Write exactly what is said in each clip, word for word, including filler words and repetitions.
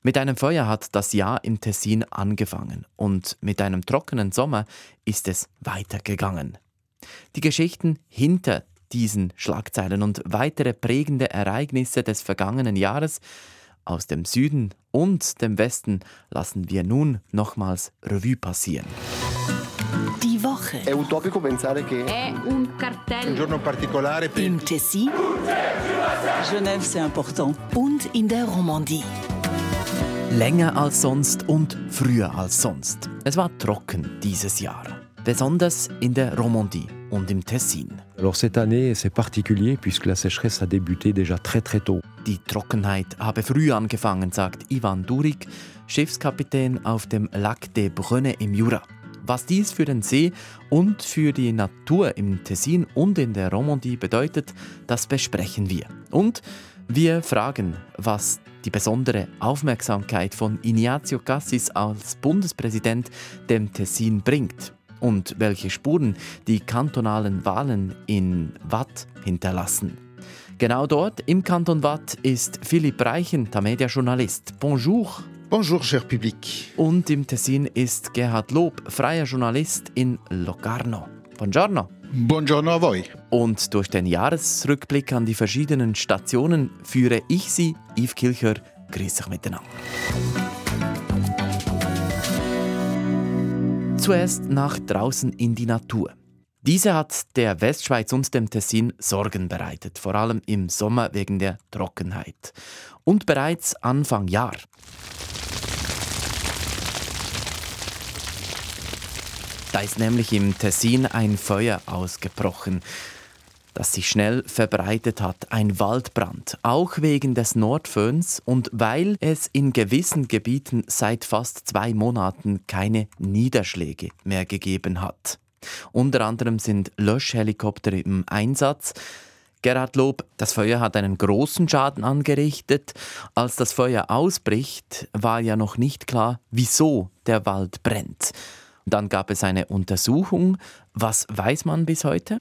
Mit einem Feuer hat das Jahr im Tessin angefangen und mit einem trockenen Sommer ist es weitergegangen. Die Geschichten hinter diesen Schlagzeilen und weitere prägende Ereignisse des vergangenen Jahres aus dem Süden und dem Westen lassen wir nun nochmals Revue passieren. Die Woche. È utopico pensare che È un cartello. Un giorno particolare per Im Tessin. Genève, c'est important. Und in der Romandie. Länger als sonst und früher als sonst. Es war trocken dieses Jahr. Besonders in der Romandie und im Tessin. Alors cette année, c'est particulier puisque la sécheresse a débuté déjà très très tôt. Die Trockenheit habe früh angefangen, sagt Ivan Durik, Schiffskapitän auf dem Lac des Brunes im Jura. Was dies für den See und für die Natur im Tessin und in der Romandie bedeutet, das besprechen wir. Und wir fragen, was die besondere Aufmerksamkeit von Ignazio Cassis als Bundespräsident dem Tessin bringt und welche Spuren die kantonalen Wahlen in Waadt hinterlassen. Genau dort im Kanton Waadt ist Philipp Reichen, Tamedia-Journalist. Bonjour. Bonjour, cher public. Und im Tessin ist Gerhard Lob, freier Journalist in Locarno. Buongiorno. Buongiorno a voi. Und durch den Jahresrückblick an die verschiedenen Stationen führe ich Sie, Yves Kilcher. Grüß euch miteinander. Zuerst nach draußen in die Natur. Diese hat der Westschweiz und dem Tessin Sorgen bereitet, vor allem im Sommer wegen der Trockenheit. Und bereits Anfang Jahr. Da ist nämlich im Tessin ein Feuer ausgebrochen, das sich schnell verbreitet hat, ein Waldbrand, auch wegen des Nordföhns und weil es in gewissen Gebieten seit fast zwei Monaten keine Niederschläge mehr gegeben hat. Unter anderem sind Löschhelikopter im Einsatz. Gerhard Lob, das Feuer hat einen großen Schaden angerichtet. Als das Feuer ausbricht, war ja noch nicht klar, wieso der Wald brennt. Dann gab es eine Untersuchung. Was weiß man bis heute?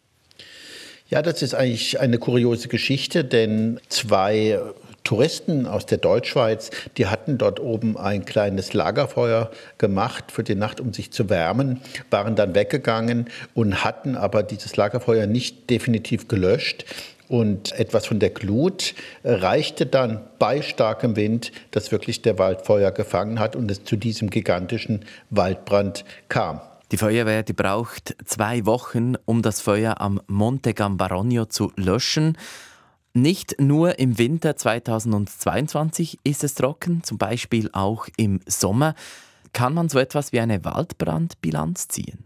Ja, das ist eigentlich eine kuriose Geschichte, denn zwei Touristen aus der Deutschschweiz, die hatten dort oben ein kleines Lagerfeuer gemacht für die Nacht, um sich zu wärmen, waren dann weggegangen und hatten aber dieses Lagerfeuer nicht definitiv gelöscht. Und etwas von der Glut reichte dann bei starkem Wind, dass wirklich der Wald Feuer gefangen hat und es zu diesem gigantischen Waldbrand kam. Die Feuerwehr die braucht zwei Wochen, um das Feuer am Monte Gambarogno zu löschen. Nicht nur im Winter zweitausendzweiundzwanzig ist es trocken, zum Beispiel auch im Sommer. Kann man so etwas wie eine Waldbrandbilanz ziehen?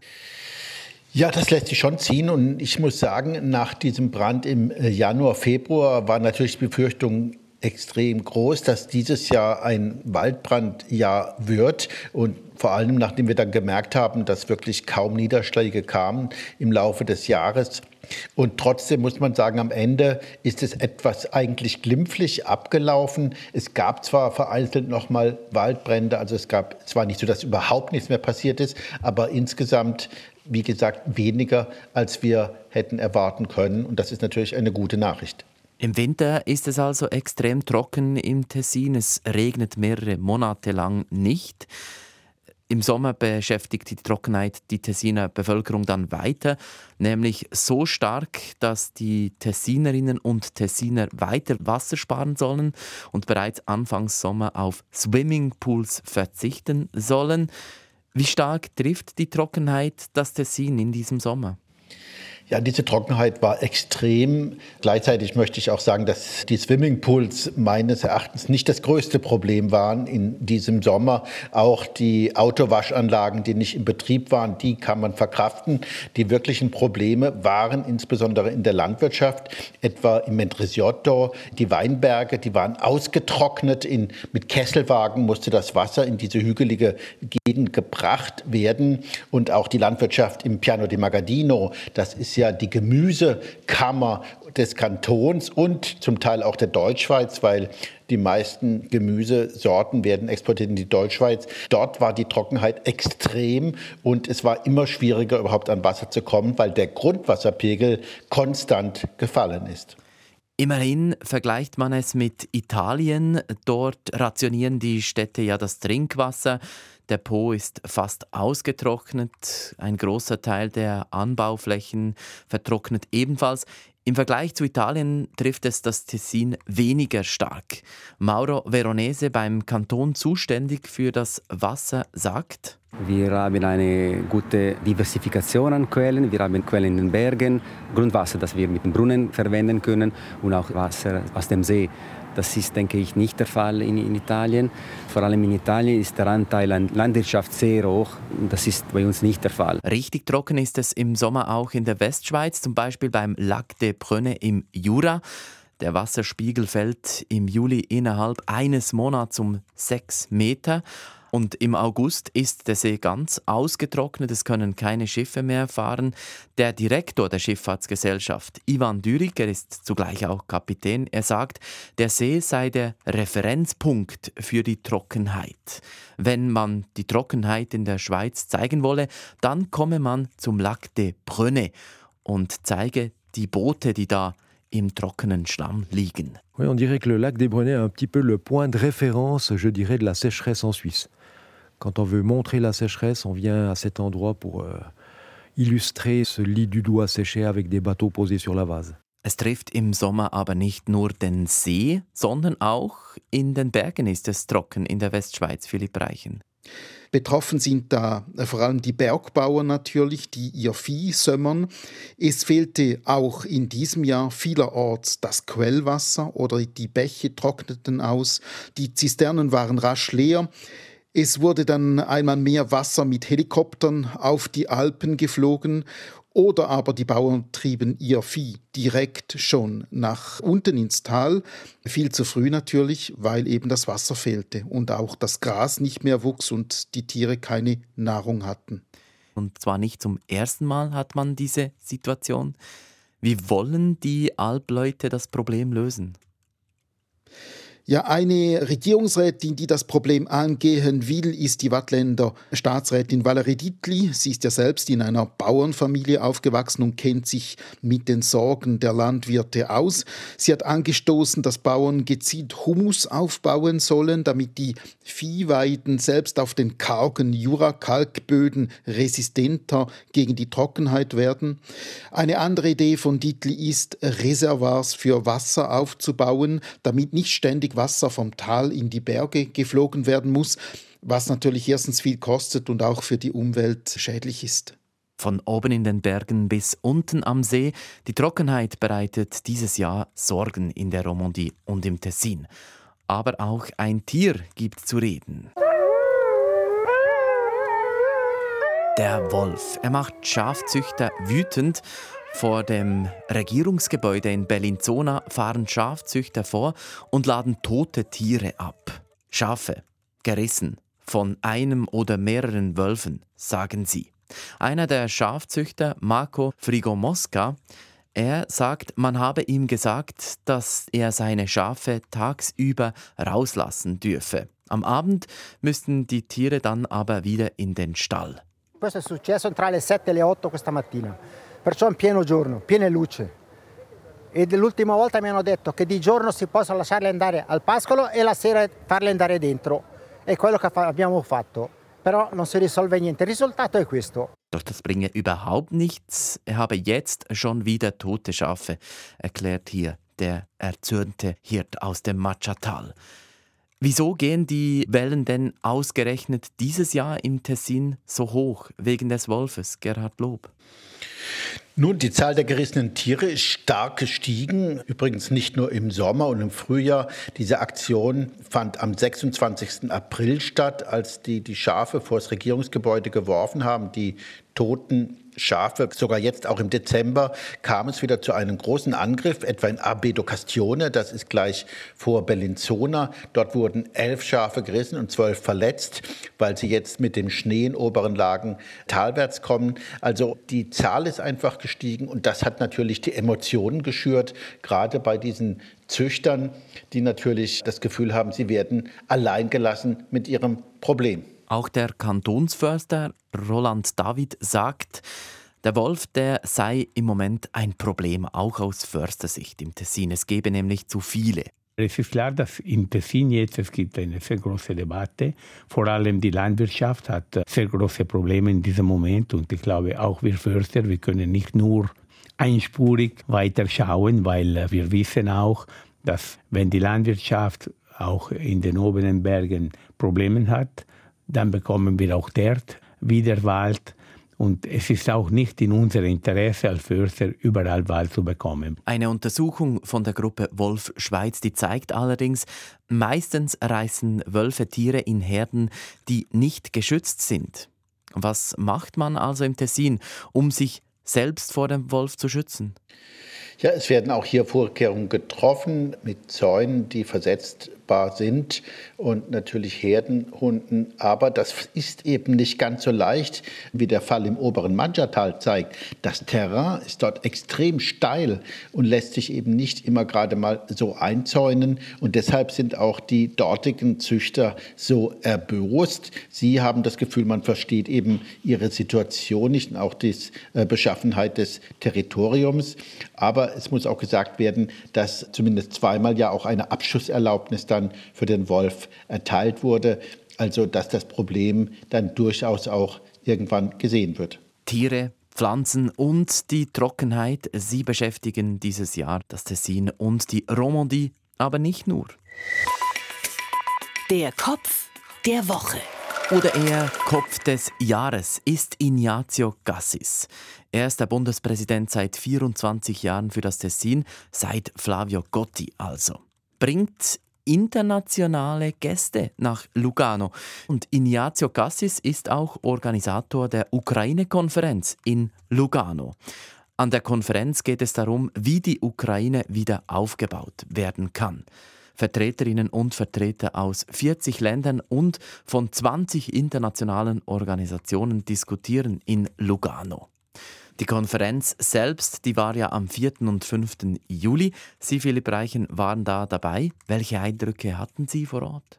Ja, das lässt sich schon ziehen und ich muss sagen, nach diesem Brand im Januar, Februar war natürlich die Befürchtung extrem groß, dass dieses Jahr ein Waldbrandjahr wird und vor allem nachdem wir dann gemerkt haben, dass wirklich kaum Niederschläge kamen im Laufe des Jahres. Und trotzdem muss man sagen, am Ende ist es etwas eigentlich glimpflich abgelaufen. Es gab zwar vereinzelt noch mal Waldbrände, also es gab zwar nicht so, dass überhaupt nichts mehr passiert ist, aber insgesamt, wie gesagt, weniger, als wir hätten erwarten können. Und das ist natürlich eine gute Nachricht. Im Winter ist es also extrem trocken im Tessin. Es regnet mehrere Monate lang nicht. Im Sommer beschäftigt die Trockenheit die Tessiner Bevölkerung dann weiter, nämlich so stark, dass die Tessinerinnen und Tessiner weiter Wasser sparen sollen und bereits Anfangs Sommer auf Swimmingpools verzichten sollen. Wie stark trifft die Trockenheit das Tessin in diesem Sommer? Ja, diese Trockenheit war extrem. Gleichzeitig möchte ich auch sagen, dass die Swimmingpools meines Erachtens nicht das größte Problem waren in diesem Sommer. Auch die Autowaschanlagen, die nicht in Betrieb waren, die kann man verkraften. Die wirklichen Probleme waren insbesondere in der Landwirtschaft, etwa im Mentrisiotto. Die Weinberge, die waren ausgetrocknet. In, mit Kesselwagen musste das Wasser in diese hügelige Gegend gebracht werden. Und auch die Landwirtschaft im Piano di Magadino, das ist ja die Gemüsekammer des Kantons und zum Teil auch der Deutschschweiz, weil die meisten Gemüsesorten werden exportiert in die Deutschschweiz. Dort war die Trockenheit extrem und es war immer schwieriger, überhaupt an Wasser zu kommen, weil der Grundwasserpegel konstant gefallen ist. Immerhin vergleicht man es mit Italien. Dort rationieren die Städte ja das Trinkwasser. Der Po ist fast ausgetrocknet. Ein großer Teil der Anbauflächen vertrocknet ebenfalls. Im Vergleich zu Italien trifft es das Tessin weniger stark. Mauro Veronese, beim Kanton zuständig für das Wasser, sagt: Wir haben eine gute Diversifikation an Quellen. Wir haben Quellen in den Bergen, Grundwasser, das wir mit dem Brunnen verwenden können, und auch Wasser aus dem See. Das ist, denke ich, nicht der Fall in, in Italien. Vor allem in Italien ist der Anteil an Landwirtschaft sehr hoch. Das ist bei uns nicht der Fall. Richtig trocken ist es im Sommer auch in der Westschweiz, zum Beispiel beim Lac des Preunes im Jura. Der Wasserspiegel fällt im Juli innerhalb eines Monats um sechs Meter. Und im August ist der See ganz ausgetrocknet, es können keine Schiffe mehr fahren. Der Direktor der Schifffahrtsgesellschaft, Ivan Dürig, er ist zugleich auch Kapitän, er sagt, der See sei der Referenzpunkt für die Trockenheit. Wenn man die Trockenheit in der Schweiz zeigen wolle, dann komme man zum Lac des Preunes und zeige die Boote, die da im trockenen Schlamm liegen. Oui, on dirait que le lac des Brenets est un petit peu le point de référence, je dirais, de la sécheresse en Suisse. Quand on veut montrer la sécheresse, on vient à cet endroit pour euh, illustrer ce lit du doigt séché avec des bateaux posés sur la vase. Es trifft im Sommer aber nicht nur den See, sondern auch in den Bergen ist es trocken in der Westschweiz, Philipp Reichen. Betroffen sind da vor allem die Bergbauern natürlich, die ihr Vieh sömmern. Es fehlte auch in diesem Jahr vielerorts das Quellwasser oder die Bäche trockneten aus. Die Zisternen waren rasch leer. Es wurde dann einmal mehr Wasser mit Helikoptern auf die Alpen geflogen. Oder aber die Bauern trieben ihr Vieh direkt schon nach unten ins Tal. Viel zu früh natürlich, weil eben das Wasser fehlte und auch das Gras nicht mehr wuchs und die Tiere keine Nahrung hatten. Und zwar nicht zum ersten Mal hat man diese Situation. Wie wollen die Alpleute das Problem lösen? Ja, eine Regierungsrätin, die das Problem angehen will, ist die Waadtländer Staatsrätin Valerie Dietli. Sie ist ja selbst in einer Bauernfamilie aufgewachsen und kennt sich mit den Sorgen der Landwirte aus. Sie hat angestoßen, dass Bauern gezielt Humus aufbauen sollen, damit die Viehweiden selbst auf den kargen Jura-Kalkböden resistenter gegen die Trockenheit werden. Eine andere Idee von Dietli ist, Reservoirs für Wasser aufzubauen, damit nicht ständig Wasser vom Tal in die Berge geflogen werden muss, was natürlich erstens viel kostet und auch für die Umwelt schädlich ist. Von oben in den Bergen bis unten am See, die Trockenheit bereitet dieses Jahr Sorgen in der Romandie und im Tessin. Aber auch ein Tier gibt zu reden. Der Wolf. Er macht Schafzüchter wütend. Vor dem Regierungsgebäude in Bellinzona fahren Schafzüchter vor und laden tote Tiere ab. Schafe, gerissen von einem oder mehreren Wölfen, sagen sie. Einer der Schafzüchter, Marco Frigomosca, er sagt, man habe ihm gesagt, dass er seine Schafe tagsüber rauslassen dürfe. Am Abend müssten die Tiere dann aber wieder in den Stall. Questo è successo tra le sette e le otto questa mattina. Perciò in pieno giorno, piena luce. E l'ultima volta mi hanno detto che di giorno si possono lasciarle andare al pascolo e la sera farle andare dentro. È quello che abbiamo fatto. Però non si risolve niente. Il risultato è questo. Doch das bringe überhaupt nichts. Er habe jetzt schon wieder tote Schafe, erklärt hier der erzürnte Hirt aus dem Machatal. Wieso gehen die Wellen denn ausgerechnet dieses Jahr im Tessin so hoch? Wegen des Wolfes, Gerhard Lob. Nun, die Zahl der gerissenen Tiere ist stark gestiegen. Übrigens nicht nur im Sommer und im Frühjahr. Diese Aktion fand am sechsundzwanzigsten April statt, als die die Schafe vor das Regierungsgebäude geworfen haben. Die toten Schafe, sogar jetzt auch im Dezember, kam es wieder zu einem großen Angriff, etwa in Abedo Castione, das ist gleich vor Bellinzona. Dort wurden elf Schafe gerissen und zwölf verletzt, weil sie jetzt mit dem Schnee in oberen Lagen talwärts kommen. Also die Zahl ist einfach gestiegen und das hat natürlich die Emotionen geschürt, gerade bei diesen Züchtern, die natürlich das Gefühl haben, sie werden allein gelassen mit ihrem Problem. Auch der Kantonsförster Roland David sagt, Der Wolf, der sei im Moment ein Problem, auch aus Förstersicht im Tessin. Es gebe nämlich zu viele. Es ist klar, dass im Tessin jetzt es gibt eine sehr große Debatte. Vor allem die Landwirtschaft hat sehr große Probleme in diesem Moment. Und ich glaube, auch wir Förster, wir können nicht nur einspurig weiter schauen, weil wir wissen auch, dass wenn die Landwirtschaft auch in den oberen Bergen Probleme hat, dann bekommen wir auch dort wieder Wald. Und es ist auch nicht in unserem Interesse als Förster, überall Wald zu bekommen. Eine Untersuchung von der Gruppe Wolf Schweiz, die zeigt allerdings, meistens reißen Wölfe Tiere in Herden, die nicht geschützt sind. Was macht man also im Tessin, um sich selbst vor dem Wolf zu schützen? Ja, es werden auch hier Vorkehrungen getroffen mit Zäunen, die versetzbar sind und natürlich Herdenhunden. Aber das ist eben nicht ganz so leicht, wie der Fall im oberen Mandschatal zeigt. Das Terrain ist dort extrem steil und lässt sich eben nicht immer gerade mal so einzäunen. Und deshalb sind auch die dortigen Züchter so erbost. Sie haben das Gefühl, man versteht eben ihre Situation nicht und auch die Beschaffenheit des Territoriums. Aber es muss auch gesagt werden, dass zumindest zweimal ja auch eine Abschusserlaubnis dann für den Wolf erteilt wurde. Also dass das Problem dann durchaus auch irgendwann gesehen wird. Tiere, Pflanzen und die Trockenheit, sie beschäftigen dieses Jahr das Tessin und die Romandie, aber nicht nur. Der Kopf der Woche. Oder eher Kopf des Jahres ist Ignazio Cassis. Er ist der Bundespräsident seit vierundzwanzig Jahren für das Tessin, seit Flavio Gotti also. Bringt internationale Gäste nach Lugano. Und Ignazio Cassis ist auch Organisator der Ukraine-Konferenz in Lugano. An der Konferenz geht es darum, wie die Ukraine wieder aufgebaut werden kann. Vertreterinnen und Vertreter aus vierzig Ländern und von zwanzig internationalen Organisationen diskutieren in Lugano. Die Konferenz selbst, die war ja am vierten und fünften Juli. Sie, Philipp Reichen, waren da dabei. Welche Eindrücke hatten Sie vor Ort?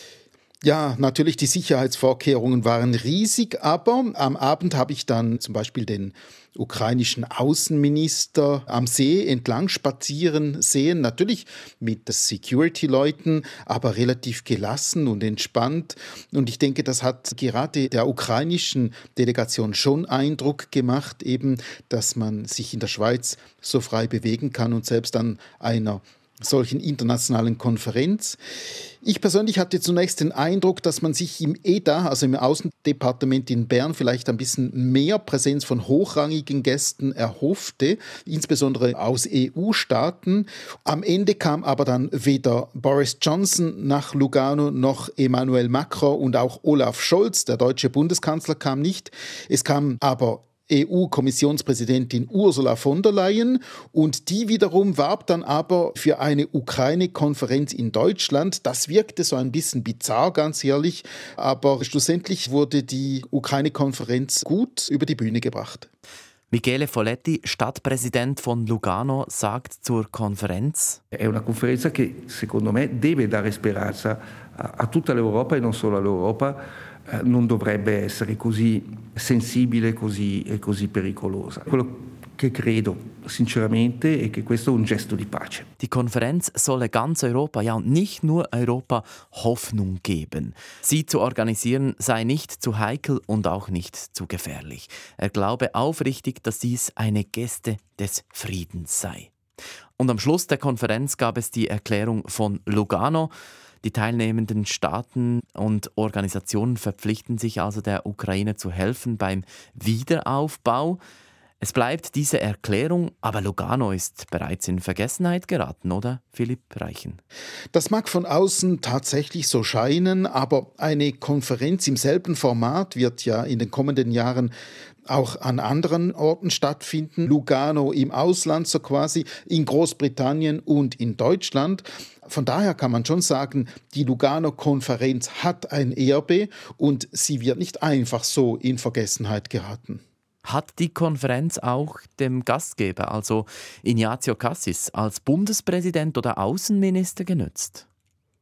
Ja, natürlich, die Sicherheitsvorkehrungen waren riesig, aber am Abend habe ich dann zum Beispiel den ukrainischen Außenminister am See entlang spazieren sehen, natürlich mit Security-Leuten, aber relativ gelassen und entspannt. Und ich denke, das hat gerade der ukrainischen Delegation schon Eindruck gemacht, eben, dass man sich in der Schweiz so frei bewegen kann und selbst an einer solchen internationalen Konferenz. Ich persönlich hatte zunächst den Eindruck, dass man sich im E D A, also im Außendepartement in Bern, vielleicht ein bisschen mehr Präsenz von hochrangigen Gästen erhoffte, insbesondere aus E U-Staaten. Am Ende kam aber dann weder Boris Johnson nach Lugano noch Emmanuel Macron und auch Olaf Scholz, der deutsche Bundeskanzler, kam nicht. Es kam aber E U-Kommissionspräsidentin Ursula von der Leyen und die wiederum warb dann aber für eine Ukraine-Konferenz in Deutschland. Das wirkte so ein bisschen bizarr, ganz ehrlich, aber schlussendlich wurde die Ukraine-Konferenz gut über die Bühne gebracht. Michele Folletti, Stadtpräsident von Lugano, sagt zur Konferenz: È una conferenza che secondo me deve dare speranza a tutta l'Europa e non solo all'Europa. Non dovrebbe essere così sensibile così, e così pericolosa. Quello che credo sinceramente è che questo è un gesto di pace. Die Konferenz solle ganz Europa, ja und nicht nur Europa, Hoffnung geben. Sie zu organisieren sei nicht zu heikel und auch nicht zu gefährlich. Er glaube aufrichtig, dass dies eine Geste des Friedens sei. Und am Schluss der Konferenz gab es die Erklärung von Lugano. Die teilnehmenden Staaten und Organisationen verpflichten sich also, der Ukraine zu helfen beim Wiederaufbau. Es bleibt diese Erklärung, aber Lugano ist bereits in Vergessenheit geraten, oder, Philipp Reichen? Das mag von außen tatsächlich so scheinen, aber eine Konferenz im selben Format wird ja in den kommenden Jahren auch an anderen Orten stattfinden. Lugano im Ausland so quasi, in Großbritannien und in Deutschland. Von daher kann man schon sagen, die Lugano-Konferenz hat ein Erbe und sie wird nicht einfach so in Vergessenheit geraten. Hat die Konferenz auch dem Gastgeber, also Ignazio Cassis, als Bundespräsident oder Außenminister genützt?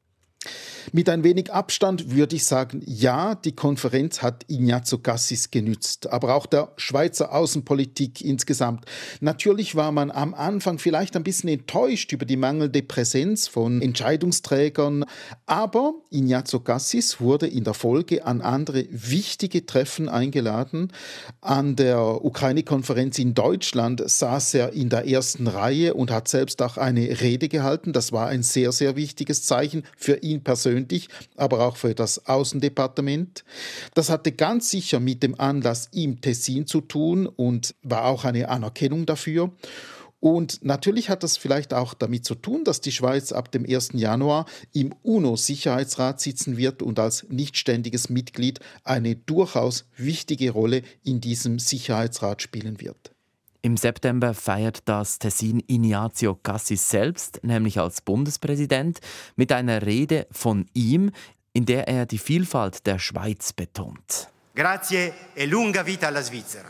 Mit ein wenig Abstand würde ich sagen, ja, die Konferenz hat Ignazio Cassis genützt, aber auch der Schweizer Außenpolitik insgesamt. Natürlich war man am Anfang vielleicht ein bisschen enttäuscht über die mangelnde Präsenz von Entscheidungsträgern, aber Ignazio Cassis wurde in der Folge an andere wichtige Treffen eingeladen. An der Ukraine-Konferenz in Deutschland saß er in der ersten Reihe und hat selbst auch eine Rede gehalten. Das war ein sehr, sehr wichtiges Zeichen für ihn persönlich, aber auch für das Außendepartement. Das hatte ganz sicher mit dem Anlass im Tessin zu tun und war auch eine Anerkennung dafür. Und natürlich hat das vielleicht auch damit zu tun, dass die Schweiz ab dem ersten Januar im UNO-Sicherheitsrat sitzen wird und als nichtständiges Mitglied eine durchaus wichtige Rolle in diesem Sicherheitsrat spielen wird. Im September feiert das Tessin Ignazio Cassis selbst, nämlich als Bundespräsident, mit einer Rede von ihm, in der er die Vielfalt der Schweiz betont. Grazie e lunga vita alla Svizzera.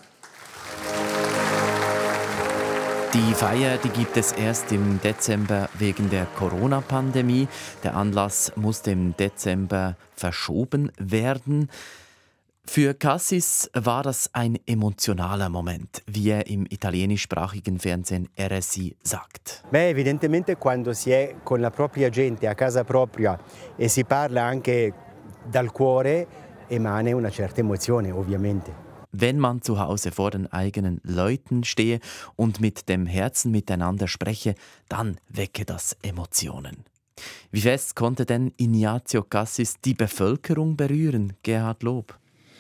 Die Feier, die gibt es erst im Dezember wegen der Corona-Pandemie. Der Anlass musste im Dezember verschoben werden. Für Cassis war das ein emotionaler Moment, wie er im italienischsprachigen Fernsehen R S I sagt. Beh, evidentemente quando si è con la propria gente a casa propria e si parla anche dal cuore, emane una certa emozione, ovviamente. Wenn man zu Hause vor den eigenen Leuten stehe und mit dem Herzen miteinander spreche, dann wecke das Emotionen. Wie fest konnte denn Ignazio Cassis die Bevölkerung berühren, Gerhard Lob?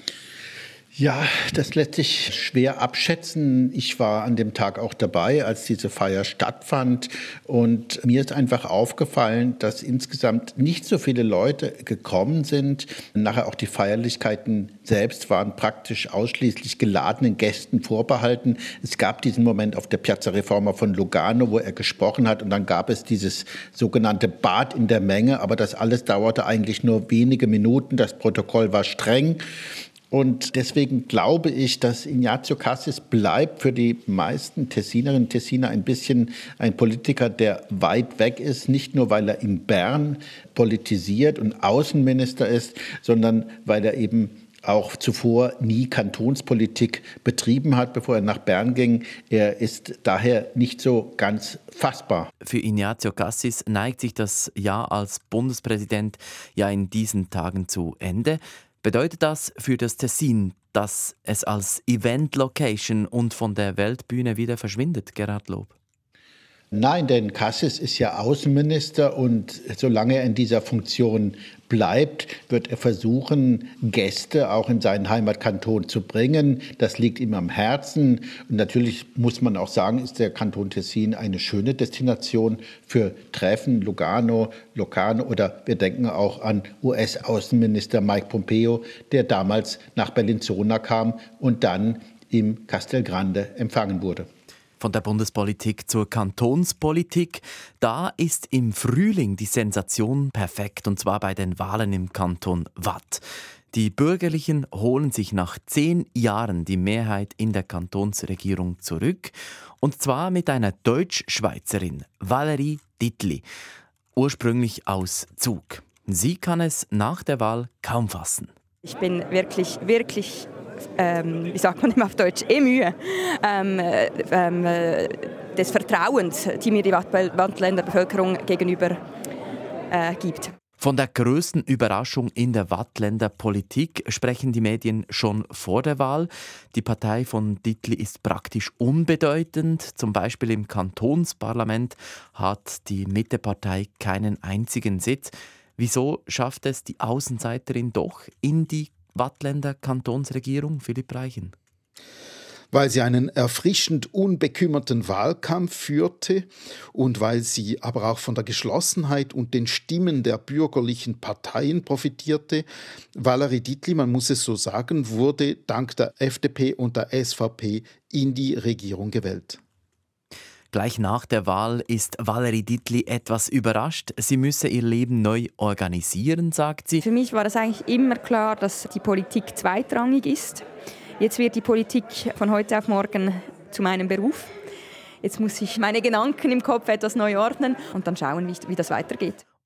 Ja, das lässt sich schwer abschätzen. Ich war an dem Tag auch dabei, als diese Feier stattfand. Und mir ist einfach aufgefallen, dass insgesamt nicht so viele Leute gekommen sind. Nachher auch die Feierlichkeiten selbst waren praktisch ausschließlich geladenen Gästen vorbehalten. Es gab diesen Moment auf der Piazza Reforma von Lugano, wo er gesprochen hat. Und dann gab es dieses sogenannte Bad in der Menge. Aber das alles dauerte eigentlich nur wenige Minuten. Das Protokoll war streng. Und deswegen glaube ich, dass Ignazio Cassis bleibt für die meisten Tessinerinnen und Tessiner ein bisschen ein Politiker, der weit weg ist. Nicht nur, weil er in Bern politisiert und Außenminister ist, sondern weil er eben auch zuvor nie Kantonspolitik betrieben hat, bevor er nach Bern ging. Er ist daher nicht so ganz fassbar. Für Ignazio Cassis neigt sich das Jahr als Bundespräsident ja in diesen Tagen zu Ende. Bedeutet das für das Tessin, dass es als Event-Location und von der Weltbühne wieder verschwindet, Gerhard Lob? Nein, denn Cassis ist ja Außenminister und solange er in dieser Funktion bleibt, wird er versuchen, Gäste auch in seinen Heimatkanton zu bringen. Das liegt ihm am Herzen. Und natürlich muss man auch sagen, ist der Kanton Tessin eine schöne Destination für Treffen, Lugano, Locarno oder wir denken auch an U S-Außenminister Mike Pompeo, der damals nach Bellinzona kam und dann im Castel Grande empfangen wurde. Von der Bundespolitik zur Kantonspolitik. Da ist im Frühling die Sensation perfekt, und zwar bei den Wahlen im Kanton Waadt. Die Bürgerlichen holen sich nach zehn Jahren die Mehrheit in der Kantonsregierung zurück. Und zwar mit einer Deutsch-Schweizerin, Valerie Dietli, ursprünglich aus Zug. Sie kann es nach der Wahl kaum fassen. Ich bin wirklich, wirklich Ähm, wie sagt man immer auf Deutsch, eh Mühe, ähm, ähm, des Vertrauens, die mir die Waadtländer Bevölkerung gegenüber äh, gibt. Von der größten Überraschung in der Waadtländer Politik sprechen die Medien schon vor der Wahl. Die Partei von Dietli ist praktisch unbedeutend. Zum Beispiel im Kantonsparlament hat die Mittepartei keinen einzigen Sitz. Wieso schafft es die Außenseiterin doch in die Waadtländer Kantonsregierung, Philipp Reichen? Weil sie einen erfrischend unbekümmerten Wahlkampf führte und weil sie aber auch von der Geschlossenheit und den Stimmen der bürgerlichen Parteien profitierte. Valerie Dietli, man muss es so sagen, wurde dank der F D P und der S V P in die Regierung gewählt. Gleich nach der Wahl ist Valerie Dietli etwas überrascht. Sie müsse ihr Leben neu organisieren, sagt sie. Für mich war es eigentlich immer klar, dass die Politik zweitrangig ist. Jetzt wird die Politik von heute auf morgen zu meinem Beruf. Jetzt muss ich meine Gedanken im Kopf etwas neu ordnen und dann schauen, wie, wie das weitergeht.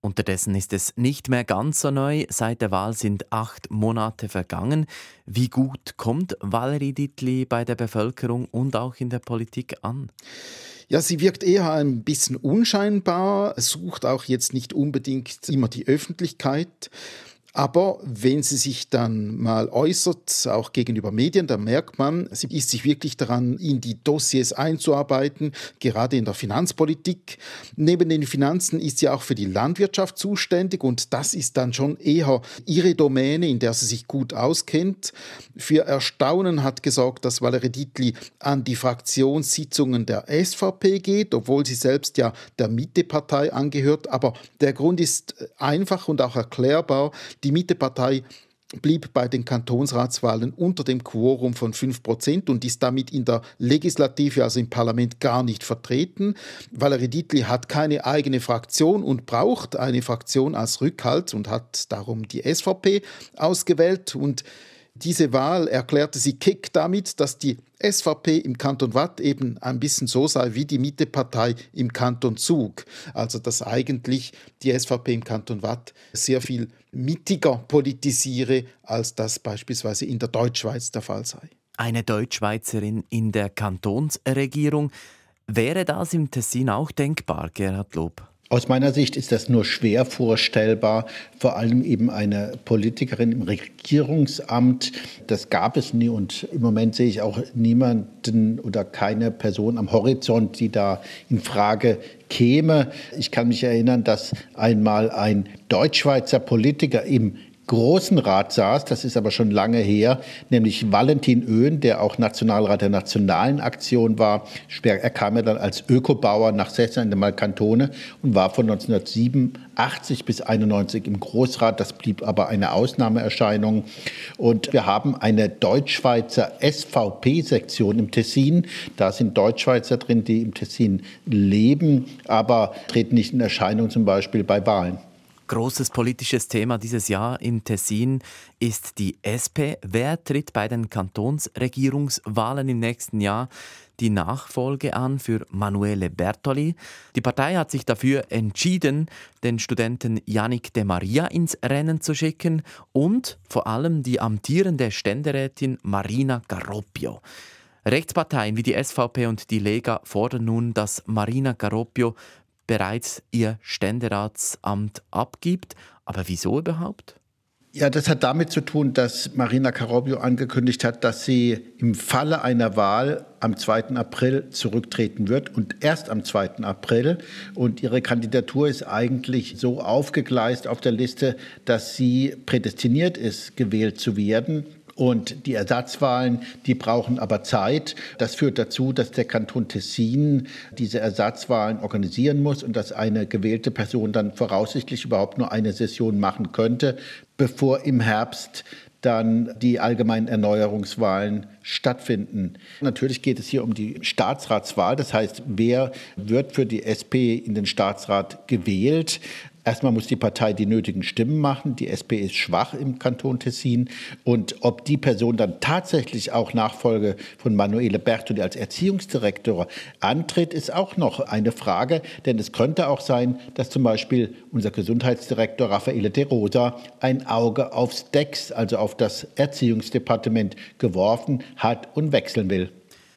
Unterdessen ist es nicht mehr ganz so neu. Seit der Wahl sind acht Monate vergangen. Wie gut kommt Valerie Dietli bei der Bevölkerung und auch in der Politik an? Ja, sie wirkt eher ein bisschen unscheinbar, sucht auch jetzt nicht unbedingt immer die Öffentlichkeit. Aber wenn sie sich dann mal äußert, auch gegenüber Medien, dann merkt man, sie ist sich wirklich daran, in die Dossiers einzuarbeiten, gerade in der Finanzpolitik. Neben den Finanzen ist sie auch für die Landwirtschaft zuständig und das ist dann schon eher ihre Domäne, in der sie sich gut auskennt. Für Erstaunen hat gesorgt, dass Valerie Dietli an die Fraktionssitzungen der S V P geht, obwohl sie selbst ja der Mitte-Partei angehört. Aber der Grund ist einfach und auch erklärbar. Die Mitte-Partei blieb bei den Kantonsratswahlen unter dem Quorum von fünf Prozent und ist damit in der Legislative, also im Parlament, gar nicht vertreten. Valerie Dietli hat keine eigene Fraktion und braucht eine Fraktion als Rückhalt und hat darum die S V P ausgewählt. Und diese Wahl erklärte sie keck damit, dass die S V P im Kanton Waadt eben ein bisschen so sei wie die Mitte-Partei im Kanton Zug. Also dass eigentlich die S V P im Kanton Waadt sehr viel mittiger politisiere, als das beispielsweise in der Deutschschweiz der Fall sei. Eine Deutschschweizerin in der Kantonsregierung. Wäre das im Tessin auch denkbar, Gerhard Lob? Aus meiner Sicht ist das nur schwer vorstellbar, vor allem eben eine Politikerin im Regierungsamt. Das gab es nie und im Moment sehe ich auch niemanden oder keine Person am Horizont, die da in Frage käme. Ich kann mich erinnern, dass einmal ein Deutschschweizer Politiker im Großen Rat saß, das ist aber schon lange her, nämlich Valentin Oehn, der auch Nationalrat der Nationalen Aktion war. Er kam ja dann als Ökobauer nach Sessan in der Kantone und war von neunzehnhundertsiebenundachtzig bis einundneunzig im Großrat. Das blieb aber eine Ausnahmeerscheinung. Und wir haben eine Deutschschweizer S V P-Sektion im Tessin. Da sind Deutschschweizer drin, die im Tessin leben, aber treten nicht in Erscheinung, zum Beispiel bei Wahlen. Großes politisches Thema dieses Jahr im Tessin ist die S P. Wer tritt bei den Kantonsregierungswahlen im nächsten Jahr die Nachfolge an für Manuele Bertoli? Die Partei hat sich dafür entschieden, den Studenten Yannick de Maria ins Rennen zu schicken und vor allem die amtierende Ständerätin Marina Garoppio. Rechtsparteien wie die S V P und die Lega fordern nun, dass Marina Garoppio bereits ihr Ständeratsamt abgibt. Aber wieso überhaupt? Ja, das hat damit zu tun, dass Marina Garoppio angekündigt hat, dass sie im Falle einer Wahl am zweiten April zurücktreten wird und erst am zweiten April. Und ihre Kandidatur ist eigentlich so aufgegleist auf der Liste, dass sie prädestiniert ist, gewählt zu werden. Und die Ersatzwahlen, die brauchen aber Zeit. Das führt dazu, dass der Kanton Tessin diese Ersatzwahlen organisieren muss und dass eine gewählte Person dann voraussichtlich überhaupt nur eine Session machen könnte, bevor im Herbst dann die allgemeinen Erneuerungswahlen stattfinden. Natürlich geht es hier um die Staatsratswahl. Das heißt, wer wird für die S P in den Staatsrat gewählt? Erstmal muss die Partei die nötigen Stimmen machen. Die S P ist schwach im Kanton Tessin. Und ob die Person dann tatsächlich auch Nachfolge von Manuele Bertoli als Erziehungsdirektor antritt, ist auch noch eine Frage. Denn es könnte auch sein, dass zum Beispiel unser Gesundheitsdirektor Raffaele De Rosa ein Auge aufs D E X, also auf das Erziehungsdepartement, geworfen hat und wechseln will.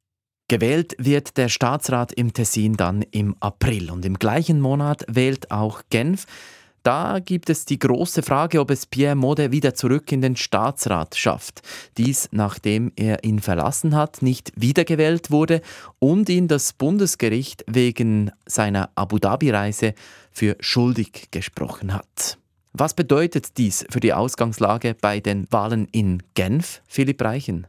Gewählt wird der Staatsrat im Tessin dann im April und im gleichen Monat wählt auch Genf. Da gibt es die große Frage, ob es Pierre Modet wieder zurück in den Staatsrat schafft. Dies, nachdem er ihn verlassen hat, nicht wiedergewählt wurde und ihn das Bundesgericht wegen seiner Abu Dhabi-Reise für schuldig gesprochen hat. Was bedeutet dies für die Ausgangslage bei den Wahlen in Genf, Philipp Reichen?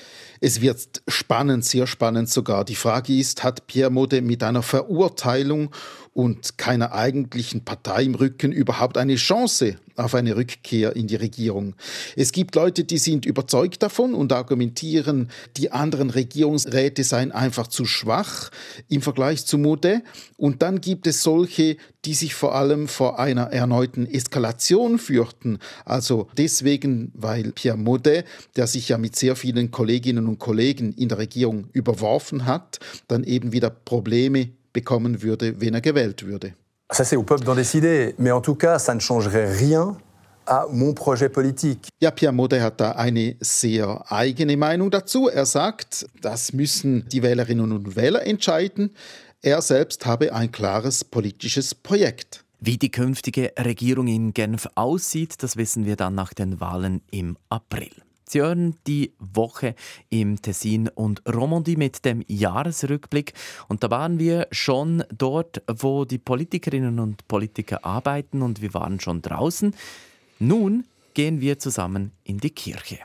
Es wird spannend, sehr spannend sogar. Die Frage ist, hat Pierre Modet mit einer Verurteilung und keiner eigentlichen Partei im Rücken überhaupt eine Chance auf eine Rückkehr in die Regierung? Es gibt Leute, die sind überzeugt davon und argumentieren, die anderen Regierungsräte seien einfach zu schwach im Vergleich zu Modet. Und dann gibt es solche, die sich vor allem vor einer erneuten Eskalation fürchten. Also deswegen, weil Pierre Modet, der sich ja mit sehr vielen Kolleginnen und Kollegen in der Regierung überworfen hat, dann eben wieder Probleme bekommen würde, wenn er gewählt würde. Ça, c'est au peuple d'en décider. Mais en tout cas, ça ne changerait rien à mon projet politique. Ja, Pierre Modet hat da eine sehr eigene Meinung dazu. Er sagt, das müssen die Wählerinnen und Wähler entscheiden. Er selbst habe ein klares politisches Projekt. Wie die künftige Regierung in Genf aussieht, das wissen wir dann nach den Wahlen im April. Sie hören die Woche im Tessin und Romandie mit dem Jahresrückblick. Und da waren wir schon dort, wo die Politikerinnen und Politiker arbeiten, und wir waren schon draußen. Nun gehen wir zusammen in die Kirche.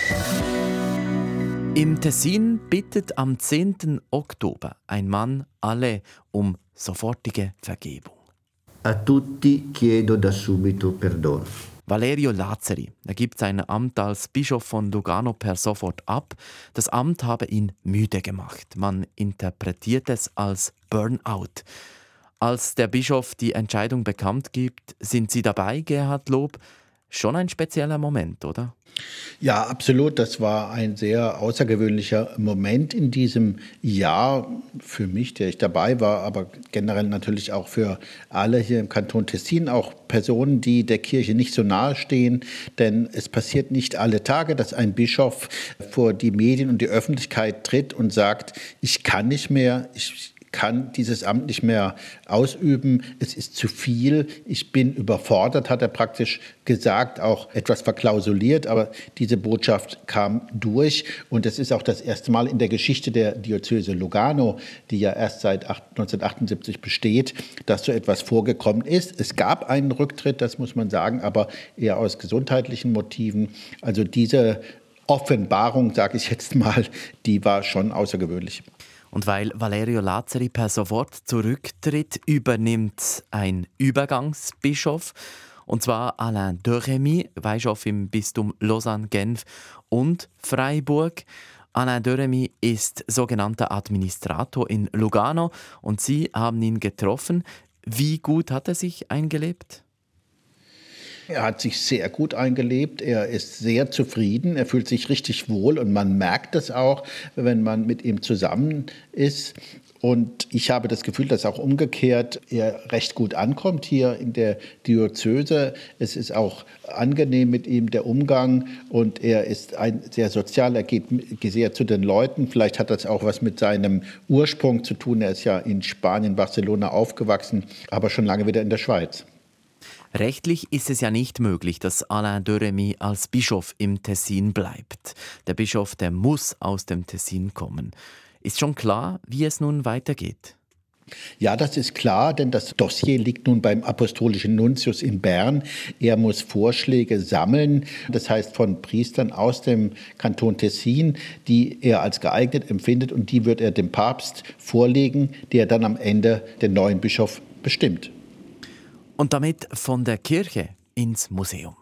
Im Tessin bittet am zehnten Oktober ein Mann alle um sofortige Vergebung. A tutti chiedo da subito perdono. Valerio Lazzari, er gibt sein Amt als Bischof von Lugano per sofort ab. Das Amt habe ihn müde gemacht. Man interpretiert es als Burnout. Als der Bischof die Entscheidung bekannt gibt, sind Sie dabei, Gerhard Lob? Schon ein spezieller Moment, oder? Ja, absolut. Das war ein sehr außergewöhnlicher Moment in diesem Jahr für mich, der ich dabei war, aber generell natürlich auch für alle hier im Kanton Tessin, auch Personen, die der Kirche nicht so nahe stehen. Denn es passiert nicht alle Tage, dass ein Bischof vor die Medien und die Öffentlichkeit tritt und sagt, ich kann nicht mehr, ich kann dieses Amt nicht mehr ausüben, es ist zu viel, ich bin überfordert, hat er praktisch gesagt, auch etwas verklausuliert, aber diese Botschaft kam durch, und es ist auch das erste Mal in der Geschichte der Diözese Lugano, die ja erst seit neunzehnhundertachtundsiebzig besteht, dass so etwas vorgekommen ist. Es gab einen Rücktritt, das muss man sagen, aber eher aus gesundheitlichen Motiven. Also diese Offenbarung, sage ich jetzt mal, die war schon außergewöhnlich. Und weil Valerio Lazzari per sofort zurücktritt, übernimmt ein Übergangsbischof, und zwar Alain de Remy, Weihbischof im Bistum Lausanne-Genf und Freiburg. Alain de Remy ist sogenannter Administrator in Lugano, und Sie haben ihn getroffen. Wie gut hat er sich eingelebt? Er hat sich sehr gut eingelebt, er ist sehr zufrieden, er fühlt sich richtig wohl, und man merkt das auch, wenn man mit ihm zusammen ist. Und ich habe das Gefühl, dass auch umgekehrt er recht gut ankommt hier in der Diözese. Es ist auch angenehm mit ihm, der Umgang, und er ist ein sehr sozial, er geht sehr zu den Leuten. Vielleicht hat das auch was mit seinem Ursprung zu tun. Er ist ja in Spanien, Barcelona aufgewachsen, aber schon lange wieder in der Schweiz. Rechtlich ist es ja nicht möglich, dass Alain de Remy als Bischof im Tessin bleibt. Der Bischof, der muss aus dem Tessin kommen. Ist schon klar, wie es nun weitergeht? Ja, das ist klar, denn das Dossier liegt nun beim apostolischen Nuntius in Bern. Er muss Vorschläge sammeln, das heißt von Priestern aus dem Kanton Tessin, die er als geeignet empfindet, und die wird er dem Papst vorlegen, der dann am Ende den neuen Bischof bestimmt. Und damit von der Kirche ins Museum.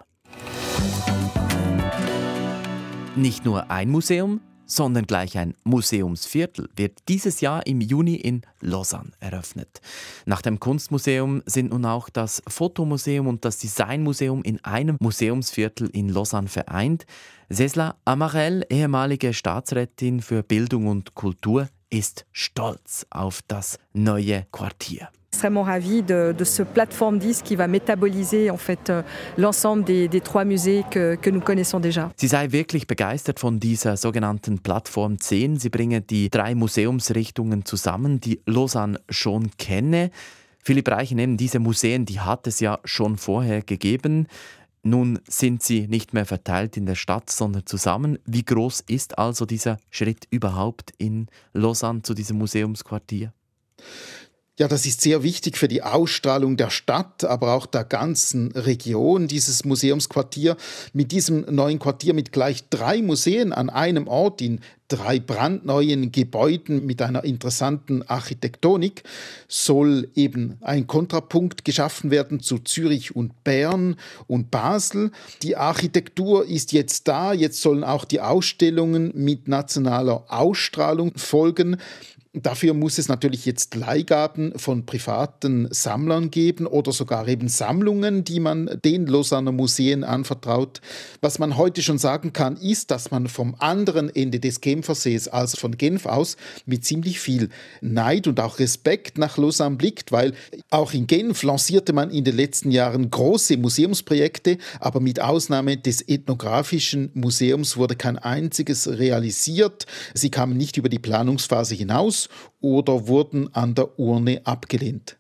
Nicht nur ein Museum, sondern gleich ein Museumsviertel wird dieses Jahr im Juni in Lausanne eröffnet. Nach dem Kunstmuseum sind nun auch das Fotomuseum und das Designmuseum in einem Museumsviertel in Lausanne vereint. Sesla Amarell, ehemalige Staatsrätin für Bildung und Kultur, ist stolz auf das neue Quartier. Extrêmement ravi de, de ce plateforme dix qui va métaboliser en fait euh, l'ensemble des, des trois musées que, que nous connaissons déjà. Sie sei wirklich begeistert von dieser sogenannten Plattform zehn. Sie bringe die drei Museumsrichtungen zusammen, die Lausanne schon kenne. Philipp Reichen, eben diese Museen, die hat es ja schon vorher gegeben. Nun sind sie nicht mehr verteilt in der Stadt, sondern zusammen. Wie groß ist also dieser Schritt überhaupt in Lausanne zu diesem Museumsquartier? Ja, das ist sehr wichtig für die Ausstrahlung der Stadt, aber auch der ganzen Region, dieses Museumsquartier. Mit diesem neuen Quartier mit gleich drei Museen an einem Ort in drei brandneuen Gebäuden mit einer interessanten Architektonik soll eben ein Kontrapunkt geschaffen werden zu Zürich und Bern und Basel. Die Architektur ist jetzt da, jetzt sollen auch die Ausstellungen mit nationaler Ausstrahlung folgen. Dafür muss es natürlich jetzt Leihgaben von privaten Sammlern geben oder sogar eben Sammlungen, die man den Lausanner Museen anvertraut. Was man heute schon sagen kann, ist, dass man vom anderen Ende des Genfersees, also von Genf aus, mit ziemlich viel Neid und auch Respekt nach Lausanne blickt, weil auch in Genf lancierte man in den letzten Jahren große Museumsprojekte, aber mit Ausnahme des Ethnografischen Museums wurde kein einziges realisiert. Sie kamen nicht über die Planungsphase hinaus oder wurden an der Urne abgelehnt.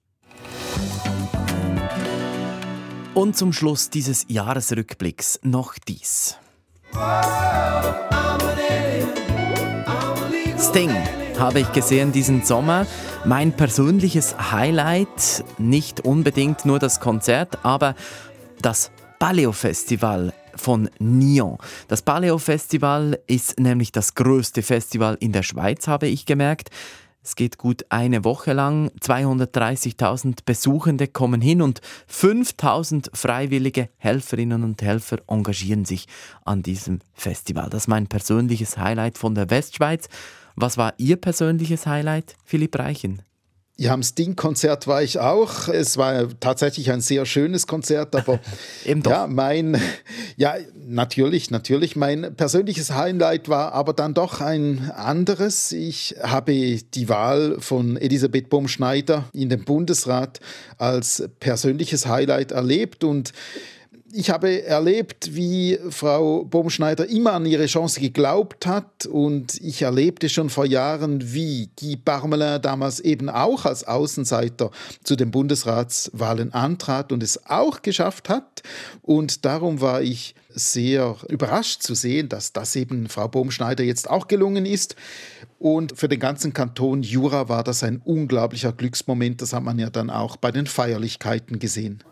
Und zum Schluss dieses Jahresrückblicks noch dies. Sting habe ich gesehen diesen Sommer. Mein persönliches Highlight, nicht unbedingt nur das Konzert, aber das Paleo-Festival von Nyon. Das Paleo-Festival ist nämlich das größte Festival in der Schweiz, habe ich gemerkt. Es geht gut eine Woche lang, zweihundertdreißigtausend Besuchende kommen hin und fünftausend freiwillige Helferinnen und Helfer engagieren sich an diesem Festival. Das ist mein persönliches Highlight von der Westschweiz. Was war Ihr persönliches Highlight, Philipp Reichen? Ja, am Sting-Konzert war ich auch. Es war tatsächlich ein sehr schönes Konzert, aber Eben doch. ja, mein, ja, natürlich, natürlich. Mein persönliches Highlight war aber dann doch ein anderes. Ich habe die Wahl von Elisabeth Baumschneider in den Bundesrat als persönliches Highlight erlebt und ich habe erlebt, wie Frau Baumschneider immer an ihre Chance geglaubt hat und ich erlebte schon vor Jahren, wie Guy Parmelin damals eben auch als Außenseiter zu den Bundesratswahlen antrat und es auch geschafft hat und darum war ich sehr überrascht zu sehen, dass das eben Frau Baumschneider jetzt auch gelungen ist. Und für den ganzen Kanton Jura war das ein unglaublicher Glücksmoment, das hat man ja dann auch bei den Feierlichkeiten gesehen.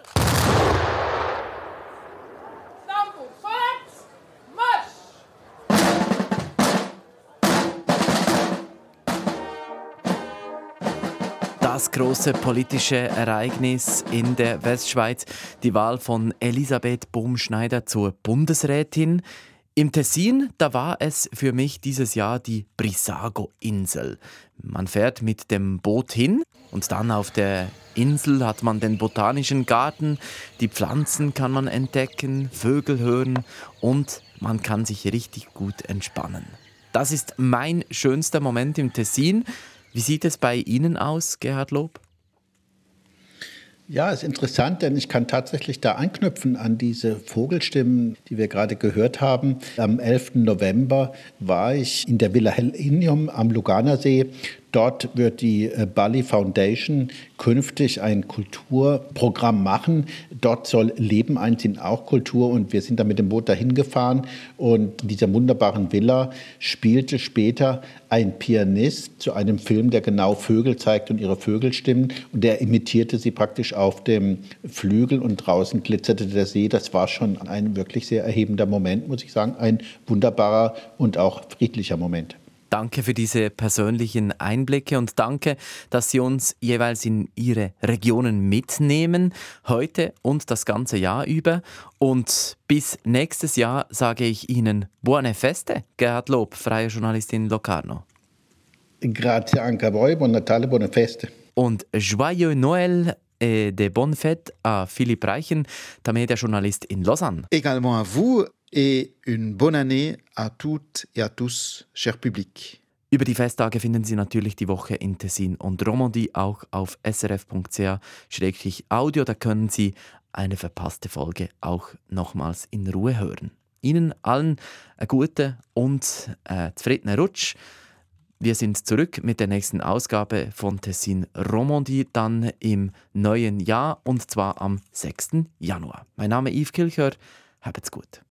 Das große politische Ereignis in der Westschweiz, die Wahl von Elisabeth Baumschneider zur Bundesrätin. Im Tessin, da war es für mich dieses Jahr die Brissago-Insel. Man fährt mit dem Boot hin und dann auf der Insel hat man den botanischen Garten, die Pflanzen kann man entdecken, Vögel hören und man kann sich richtig gut entspannen. Das ist mein schönster Moment im Tessin. Wie sieht es bei Ihnen aus, Gerhard Lob? Ja, ist interessant, denn ich kann tatsächlich da anknüpfen an diese Vogelstimmen, die wir gerade gehört haben. Am elften November war ich in der Villa Hellenium am Luganersee. Dort wird die Bali Foundation künftig ein Kulturprogramm machen. Dort soll Leben einziehen, auch Kultur. Und wir sind da mit dem Boot dahin gefahren. Und in dieser wunderbaren Villa spielte später ein Pianist zu einem Film, der genau Vögel zeigt und ihre Vögelstimmen. Und der imitierte sie praktisch auf dem Flügel und draußen glitzerte der See. Das war schon ein wirklich sehr erhebender Moment, muss ich sagen. Ein wunderbarer und auch friedlicher Moment. Danke für diese persönlichen Einblicke und danke, dass Sie uns jeweils in Ihre Regionen mitnehmen, heute und das ganze Jahr über. Und bis nächstes Jahr sage ich Ihnen Buone Feste, Gerhard Lob, freie Journalistin in Locarno. Grazie anche a voi, buon Natale, buone feste. Und Joyeux Noël et de bonnes fêtes à Philipp Reichen, Tamedia-Journalist in Lausanne. Également à vous. Et une bonne année à toutes et à tous, cher public. Über die Festtage finden Sie natürlich die Woche in Tessin und Romandie auch auf s r f punkt c h slash audio. Da können Sie eine verpasste Folge auch nochmals in Ruhe hören. Ihnen allen einen guten und äh, zufriedenen Rutsch. Wir sind zurück mit der nächsten Ausgabe von Tessin Romandie dann im neuen Jahr und zwar am sechsten Januar. Mein Name ist Yves Kilchör. Habt's gut.